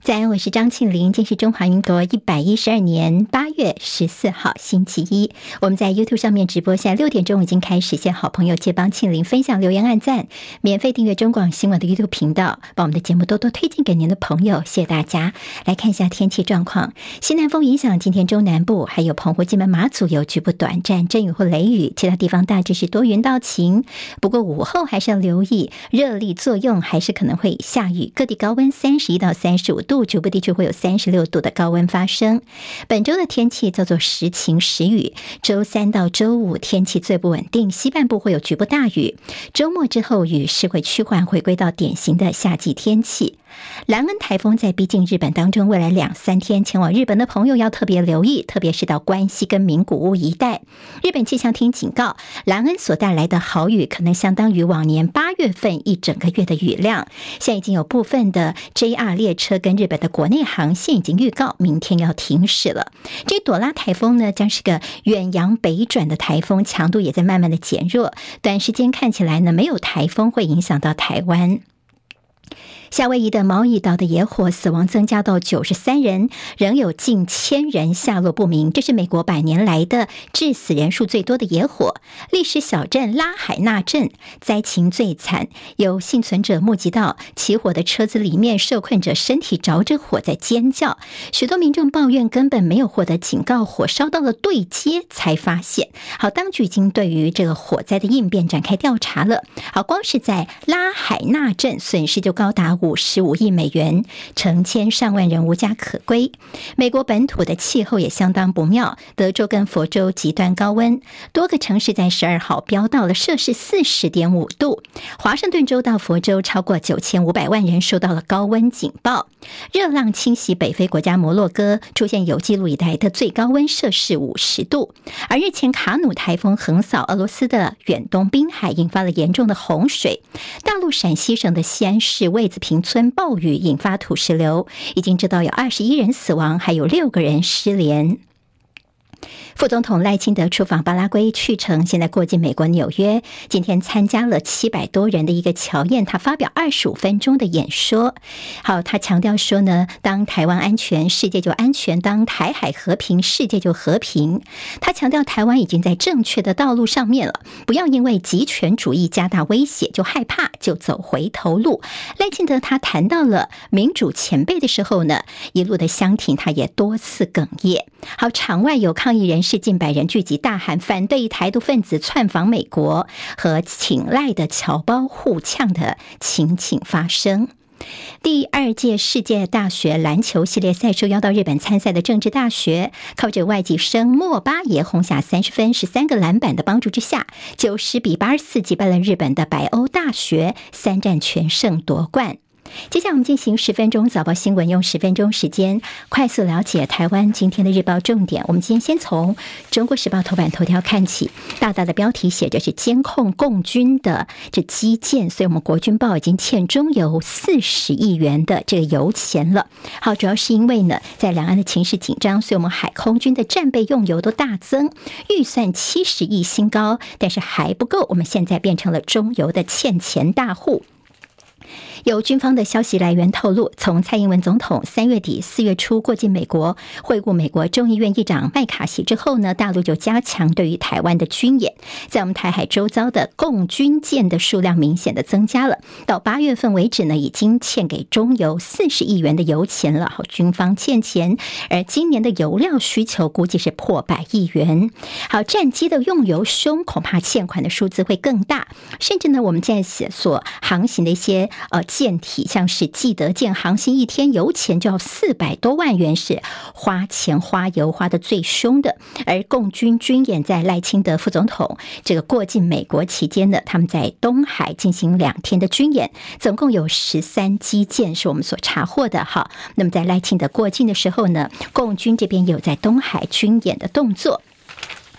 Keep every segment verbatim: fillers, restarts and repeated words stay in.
早安，我是张庆玲。今是中华民国一百一十二年八月十四号星期一，我们在 YouTube 上面直播，现在六点钟已经开始。谢谢好朋友借帮庆玲分享、留言、按赞，免费订阅中广新闻的 YouTube 频道，把我们的节目多多推荐给您的朋友，谢谢大家。来看一下天气状况，西南风影响今天中南部还有澎湖、金门、马祖有局部短暂阵雨或雷雨，其他地方大致是多云到晴。不过午后还是要留意热力作用，还是可能会下雨，各地高温三十一到三十五度，局部地区会有三十六度的高温发生。本周的天气叫做时晴时雨，周三到周五天气最不稳定，西半部会有局部大雨，周末之后雨势会趋缓，回归到典型的夏季天气。兰恩台风在逼近日本当中，未来两三天前往日本的朋友要特别留意，特别是到关西跟名古屋一带。日本气象厅警告，兰恩所带来的豪雨可能相当于往年八月份一整个月的雨量。现在已经有部分的 J R 列车跟日本的国内航线已经预告明天要停驶了。这朵拉台风呢，将是个远洋北转的台风，强度也在慢慢的减弱，短时间看起来呢，没有台风会影响到台湾。夏威夷的毛伊岛的野火死亡增加到九十三人，仍有近千人下落不明，这是美国百年来的致死人数最多的野火。历史小镇拉海纳镇灾情最惨，有幸存者目击到起火的车子里面受困者身体着着火在尖叫，许多民众抱怨根本没有获得警告，火烧到了对街才发现。好，当局已经对于这个火灾的应变展开调查了。好，光是在拉海纳镇损失就高达五十五亿美元，成千上万人无家可归。美国本土的气候也相当不妙，德州跟佛州极端高温，多个城市在十二号飙到了摄氏 四十点五度。华盛顿州到佛州超过九千五百万人受到了高温警报。热浪侵袭北非国家摩洛哥，出现有记录以来的最高温摄氏五十度。而日前卡努台风横扫俄罗斯的远东滨海，引发了严重的洪水。大陆陕西省的西安市魏子坪村暴雨引发土石流，已经知道有二十一人死亡，还有六个人失联。副总统赖清德出访巴拉圭，去程现在过境美国纽约，今天参加了七百多人的一个侨宴，他发表二十五分钟的演说。好，他强调说呢，当台湾安全，世界就安全；当台海和平，世界就和平。他强调台湾已经在正确的道路上面了，不要因为极权主义加大威胁就害怕，就走回头路。赖清德他谈到了民主前辈的时候呢，一路的相挺，他也多次哽咽。好，场外有抗议人士近百人聚集，大喊反对台独分子窜访美国，和请赖的侨胞互呛的情景发生。第二届世界大学篮球系列赛受邀到日本参赛的政治大学，靠着外籍生莫巴耶轰下三十分、十三个篮板的帮助之下，九十比八十四击败了日本的白欧大学，三战全胜夺冠。接下来我们进行十分钟早报新闻，用十分钟时间快速了解台湾今天的日报重点。我们今天先从中国时报头版头条看起，大大的标题写着是监控共军的这基建，所以我们国军报已经欠中油四十亿元的这个油钱了。好，主要是因为呢，在两岸的情势紧张，所以我们海空军的战备用油都大增，预算七十亿新高，但是还不够，我们现在变成了中油的欠钱大户。有军方的消息来源透露，从蔡英文总统三月底四月初过境美国会晤美国众议院议长麦卡锡之后呢，大陆就加强对于台湾的军演，在我们台海周遭的共军舰的数量明显的增加了，到八月份为止呢，已经欠给中油四十亿元的油钱了。好，军方欠钱，而今年的油料需求估计是破百亿元。好，战机的用油凶，恐怕欠款的数字会更大，甚至呢，我们现在所航行的一些呃舰体，像是济德舰航行一天油钱就要四百多万元，是花钱花油花的最凶的。而共军军演在赖清德副总统这个过境美国期间呢，他们在东海进行两天的军演，总共有十三机舰是我们所查获的。好，那么在赖清德过境的时候呢，共军这边有在东海军演的动作。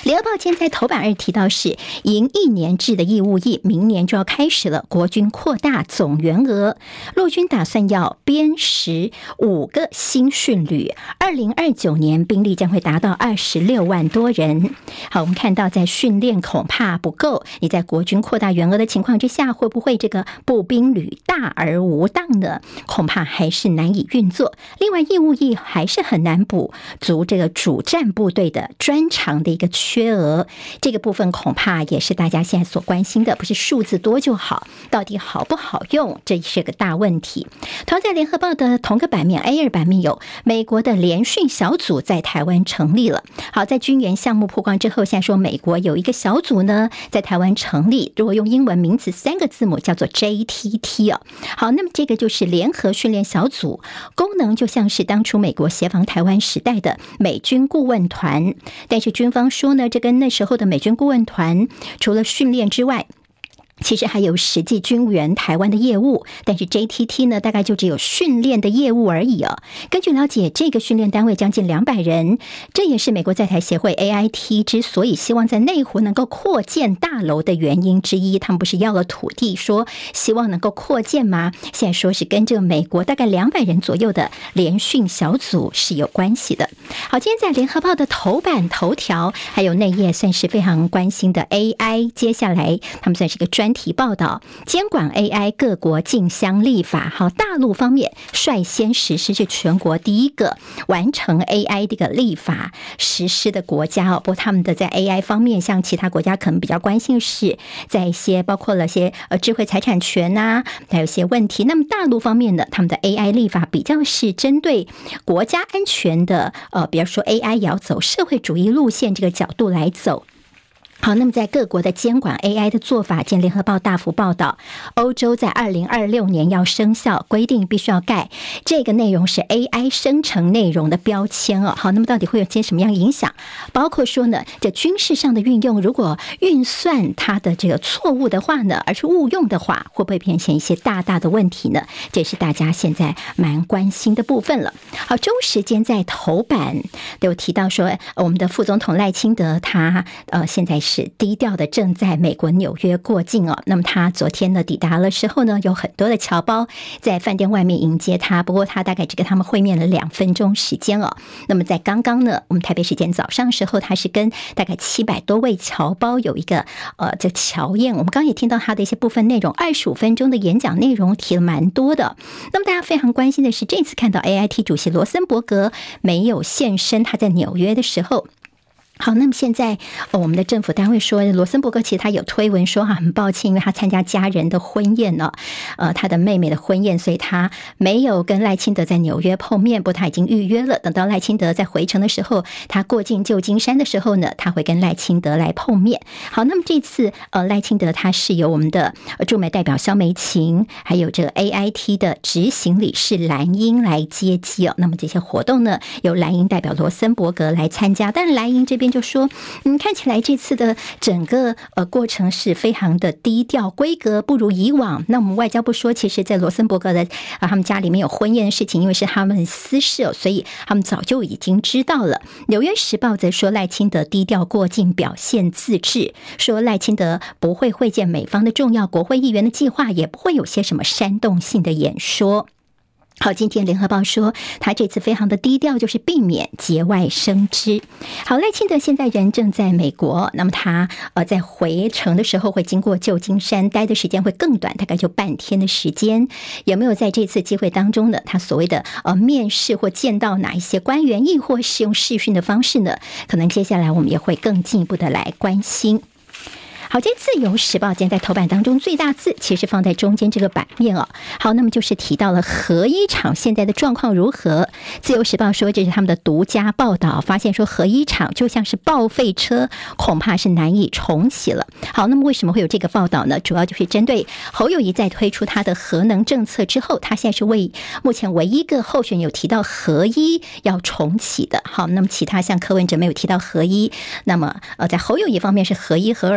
联合报今天在头版二提到是营一年制的义务役，明年就要开始了，国军扩大总员额，陆军打算要编十五个新训旅，二零二九年兵力将会达到二十六万多人。好，我们看到在训练恐怕不够，你在国军扩大员额的情况之下，会不会这个步兵旅大而无当呢？恐怕还是难以运作。另外，义务役还是很难补足这个主战部队的专长的一个缺额，这个部分恐怕也是大家现在所关心的，不是数字多就好，到底好不好用，这是个大问题。同在联合报的同个版面 A 二 版面有美国的联训小组在台湾成立了。好，在军援项目曝光之后，现在说美国有一个小组呢在台湾成立，如果用英文名字三个字母叫做 J T T 哦。好，那么这个就是联合训练小组，功能就像是当初美国协防台湾时代的美军顾问团，但是军方说呢，这跟那时候的美军顾问团除了训练之外，其实还有实际军援台湾的业务，但是 J T T 呢，大概就只有训练的业务而已哦。根据了解，这个训练单位将近两百人，这也是美国在台协会 A I T 之所以希望在内湖能够扩建大楼的原因之一。他们不是要了土地，说希望能够扩建吗？现在说是跟这个美国大概两百人左右的联训小组是有关系的。好，今天在联合报的头版头条还有内页算是非常关心的 A I， 接下来他们算是个专题报道，监管 A I 各国竞相立法。好，大陆方面率先实施，是全国第一个完成 A I 这个立法实施的国家哦。不过他们的在 A I 方面，像其他国家可能比较关心的是，在一些包括了些呃智慧财产权啊，还有一些问题。那么大陆方面呢，他们的 A I 立法比较是针对国家安全的，呃，比如说 A I 也要走社会主义路线这个角度来走。好，那么在各国的监管 A I 的做法，见联合报大幅报道，欧洲在二零二六年要生效，规定必须要盖这个内容是 A I 生成内容的标签哦。好，那么到底会有些什么样影响？包括说呢，这军事上的运用，如果运算它的这个错误的话呢，而是误用的话，会不会变成一些大大的问题呢？这是大家现在蛮关心的部分了。好，中时间在头版都有提到说，我们的副总统赖清德他呃现在是是低调的正在美国纽约过境哦。那么他昨天呢抵达了时候呢，有很多的侨胞在饭店外面迎接他，不过他大概只跟他们会面了两分钟时间哦。那么在刚刚呢，我们台北时间早上时候，他是跟大概七百多位侨胞有一个呃这侨宴。我们刚刚也听到他的一些部分内容，二十五分钟的演讲内容提了蛮多的。那么大家非常关心的是，这次看到 A I T 主席罗森伯格没有现身，他在纽约的时候。好，那么现在、哦、我们的政府单位说，罗森伯格其实他有推文说哈，很抱歉，因为他参加家人的婚宴呢，呃，他的妹妹的婚宴，所以他没有跟赖清德在纽约碰面，不过他已经预约了。等到赖清德在回程的时候，他过境旧金山的时候呢，他会跟赖清德来碰面。好，那么这次呃，赖清德他是由我们的驻美代表萧美琴，还有这个 A I T 的执行理事蓝英来接机哦。那么这些活动呢，由蓝英代表罗森伯格来参加，但是蓝英这边就说，嗯，看起来这次的整个呃过程是非常的低调，规格不如以往。那我们外交部说，其实在罗森伯格的啊他们家里面有婚宴的事情，因为是他们私事、哦，所以他们早就已经知道了。纽约时报则说赖清德低调过境，表现自治，说赖清德不会会见美方的重要国会议员的计划，也不会有些什么煽动性的演说。好，今天联合报说他这次非常的低调，就是避免节外生枝。好，赖清德现在人正在美国，那么他呃在回程的时候会经过旧金山，待的时间会更短，大概就半天的时间。有没有在这次机会当中呢，他所谓的呃面试或见到哪一些官员，亦或是用视讯的方式呢？可能接下来我们也会更进一步的来关心。好，这自由时报今天在头版当中最大字其实放在中间这个版面哦。好，那么就是提到了核一厂现在的状况如何。自由时报说这是他们的独家报道，发现说核一厂就像是报废车，恐怕是难以重启了。好，那么为什么会有这个报道呢？主要就是针对侯友宜在推出他的核能政策之后，他现在是为目前唯一一个候选有提到核一要重启的。好，那么其他像柯文哲没有提到核一，那么呃在侯友宜方面是核一、核二、核三。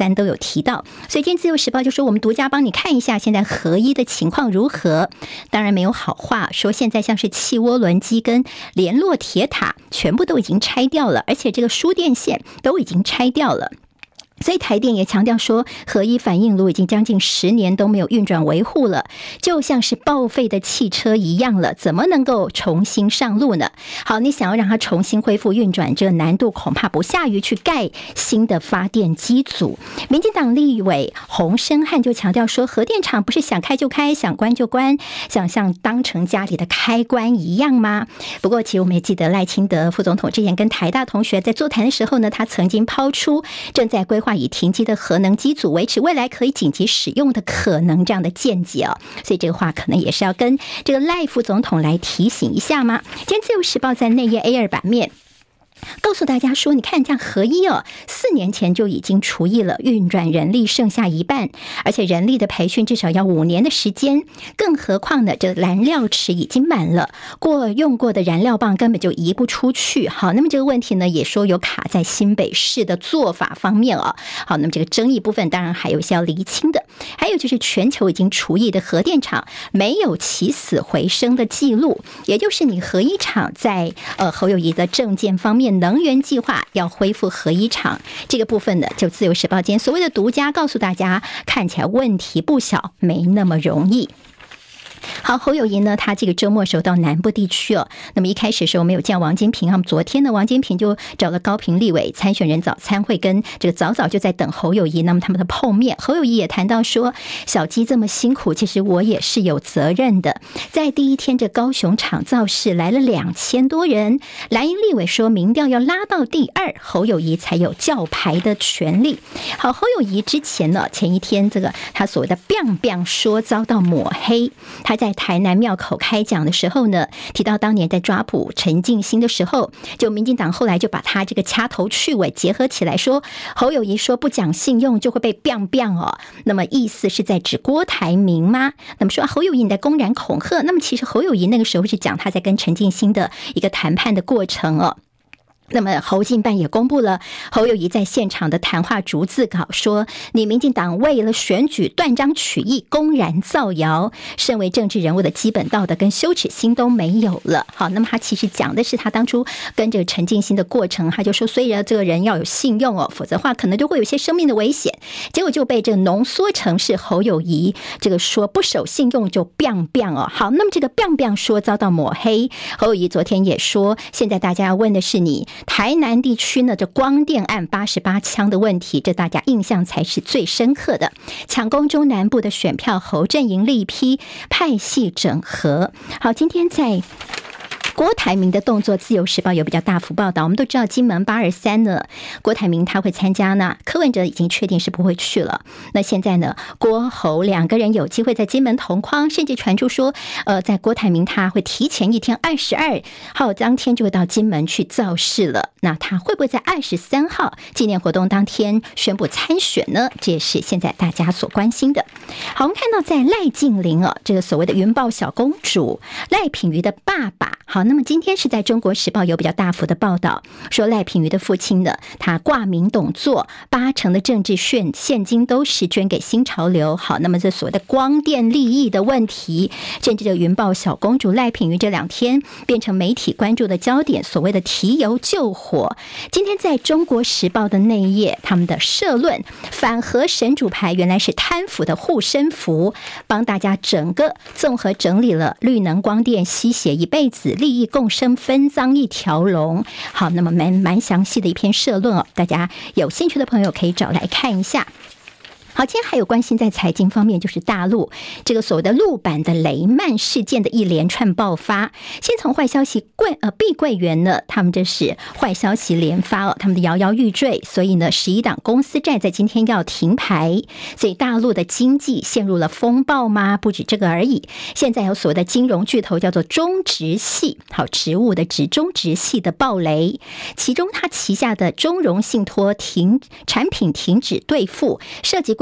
三都有提到。所以今天自由时报就说，我们独家帮你看一下现在合一的情况如何。当然没有好话，说现在像是气涡轮机跟联络铁塔全部都已经拆掉了，而且这个输电线都已经拆掉了。所以台电也强调说，合一反应炉已经将近十年都没有运转维护了，就像是报废的汽车一样了，怎么能够重新上路呢？好，你想要让它重新恢复运转，这个难度恐怕不下于去盖新的发电机组。民进党立委洪申翰就强调说，核电厂不是想开就开，想关就关，想像当成家里的开关一样吗？不过其实我们也记得赖清德副总统之前跟台大同学在座谈的时候呢，他曾经抛出正在规划以停机的核能机组维持未来可以紧急使用的可能这样的见解哦，所以这个话可能也是要跟这个赖副总统来提醒一下吗？今天自由时报在内页 A 二 版面告诉大家说，你看这样合一哦，四年前就已经除役了，运转人力剩下一半，而且人力的培训至少要五年的时间，更何况呢，这燃料池已经满了，过用过的燃料棒根本就移不出去。好，那么这个问题呢，也说有卡在新北市的做法方面哦。好，那么这个争议部分当然还有一些要厘清的，还有就是全球已经除役的核电厂没有起死回生的记录，也就是你核一厂在呃侯友宜的政见方面。能源计划要恢复核一厂这个部分呢，就自由时报今天所谓的独家告诉大家，看起来问题不小，没那么容易。好，侯友宜呢，他这个周末时候到南部地区哦。那么一开始的时候没有见王金平，他们昨天呢，王金平就找了高屏立委参选人早餐会，跟这个早早就在等侯友宜，那么他们的碰面。侯友宜也谈到说，小鸡这么辛苦，其实我也是有责任的。在第一天这高雄场造势来了两千多人，蓝营立委说民调要拉到第二，侯友宜才有叫牌的权利。好，侯友宜之前呢，前一天这个他所谓的 biang biang 说遭到抹黑，他在台南庙口开讲的时候呢，提到当年在抓捕陈进兴的时候，就民进党后来就把他这个掐头去尾结合起来说，侯友宜说不讲信用就会被 biang biang 哦，那么意思是在指郭台铭吗？那么说侯友宜你在公然恐吓，那么其实侯友宜那个时候是讲他在跟陈进兴的一个谈判的过程哦。那么侯进办也公布了侯友宜在现场的谈话逐字稿，说你民进党为了选举断章取义，公然造谣，身为政治人物的基本道德跟羞耻心都没有了。好，那么他其实讲的是他当初跟这个陈进兴的过程，他就说虽然这个人要有信用哦，否则的话可能就会有些生命的危险，结果就被这个浓缩成是侯友宜这个说不守信用就 biang biang 哦。好，那么这个 biang biang 说遭到抹黑，侯友宜昨天也说，现在大家要问的是你台南地区呢，这光电案八十八枪的问题，这大家印象才是最深刻的。抢攻中南部的选票，侯阵营力批派系整合。好，今天在郭台铭的动作，自由时报有比较大幅报道。我们都知道金门八二三呢，郭台铭他会参加呢，柯文哲已经确定是不会去了。那现在呢，郭侯两个人有机会在金门同框，甚至传出说，呃，在郭台铭他会提前一天二十二号当天就会到金门去造势了。那他会不会在二十三号纪念活动当天宣布参选呢？这也是现在大家所关心的。好，我们看到在赖静玲啊，这个所谓的云豹小公主赖品妤的爸爸，好。那么今天是在中国时报有比较大幅的报道，说赖品妤的父亲呢，他挂名董座，八成的政治现现金都是捐给新潮流。好，那么这所谓的光电利益的问题，甚至这云豹小公主赖品妤这两天变成媒体关注的焦点，所谓的提油救火。今天在中国时报的内页，他们的社论反核神主牌原来是贪腐的护身符，帮大家整个综合整理了绿能光电吸血一辈子，利益共生分赃一条龙。好，那么蛮蛮详细的一篇社论哦，大家有兴趣的朋友可以找来看一下。好，今天还有关心在财经方面，就是大陆这个所谓的陆版的雷曼事件的一连串爆发。先从坏消息，贵呃碧桂园呢，他们这是坏消息连发哦，他们的摇摇欲坠，所以呢，十一档公司债在今天要停牌，所以大陆的经济陷入了风暴吗？不止这个而已，现在有所谓的金融巨头叫做中植系，好，植物的植，中植系的暴雷，其中它旗下的中融信托停产品停止兑付，涉及规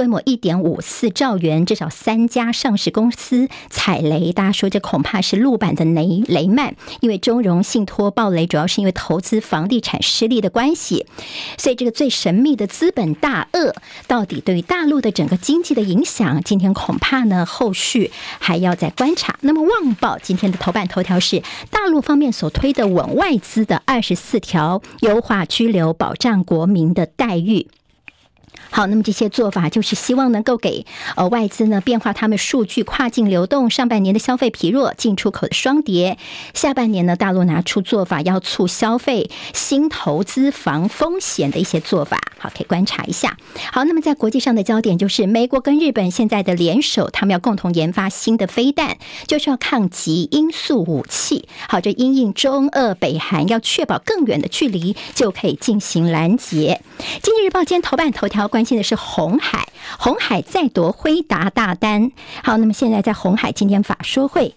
规模 一点五四兆元，至少三家上市公司踩雷。大家说这恐怕是陆版的雷雷曼，因为中融信托爆雷，主要是因为投资房地产失利的关系。所以这个最神秘的资本大鳄，到底对于大陆的整个经济的影响，今天恐怕呢后续还要再观察。那么《旺报》今天的头版头条是大陆方面所推的稳外资的二十四条优化居留保障国民的待遇。好，那么这些做法就是希望能够给呃外资呢变化他们数据跨境流动，上半年的消费疲弱，进出口的双跌，下半年呢大陆拿出做法要促消费、新投资、防风险的一些做法，好，可以观察一下。好，那么在国际上的焦点就是美国跟日本现在的联手，他们要共同研发新的飞弹，就是要抗击音速武器。好，这因应中俄北韩要确保更远的距离就可以进行拦截。经济日报今天头版头条关心的是红海，红海再夺辉达大单。好，那么现在在红海今天法说会，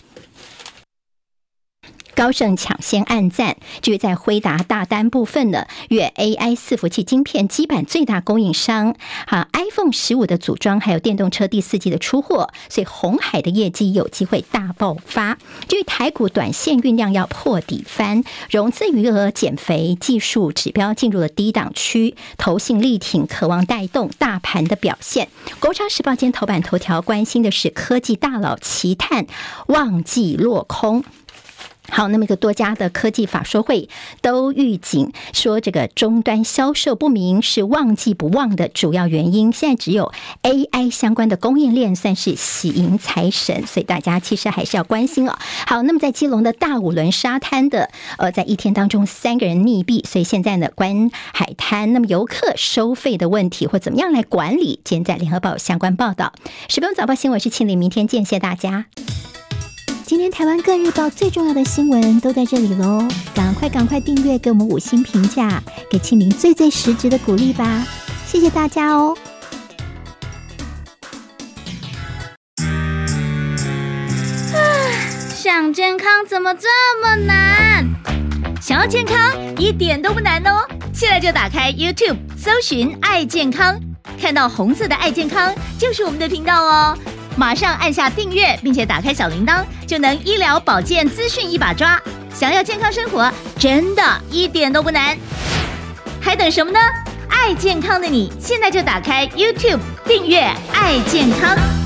高盛抢先暗赞，至于在辉达大单部分呢，越 A I 伺服器晶片基板最大供应商，啊 iPhone 十五的组装，还有电动车第四季的出货，所以红海的业绩有机会大爆发。至于台股短线酝酿要破底翻，融资余额减肥，技术指标进入了低档区，投信力挺，渴望带动大盘的表现。国商时报今天头版头条关心的是科技大佬齐叹旺季落空。好，那么一个多家的科技法说会都预警说，这个终端销售不明是旺季不旺的主要原因。现在只有 A I 相关的供应链算是喜迎财神，所以大家其实还是要关心哦。好，那么在基隆的大五轮沙滩的，呃，在一天当中三个人溺毙，所以现在呢，关海滩那么游客收费的问题或怎么样来管理，今天在联合报有相关报道。十分钟早报新闻是庆玲，明天见，谢谢大家。今天台湾各日报最重要的新闻都在这里喽，赶快赶快订阅，给我们五星评价，给庆玲最最实质的鼓励吧，谢谢大家哦。 想健康怎么这么难？想要健康一点都不难哦，现在就打开 YouTube 搜寻爱健康，看到红色的爱健康就是我们的频道哦。马上按下订阅，并且打开小铃铛，就能医疗保健资讯一把抓。想要健康生活，真的一点都不难，还等什么呢？爱健康的你，现在就打开 YouTube 订阅爱健康。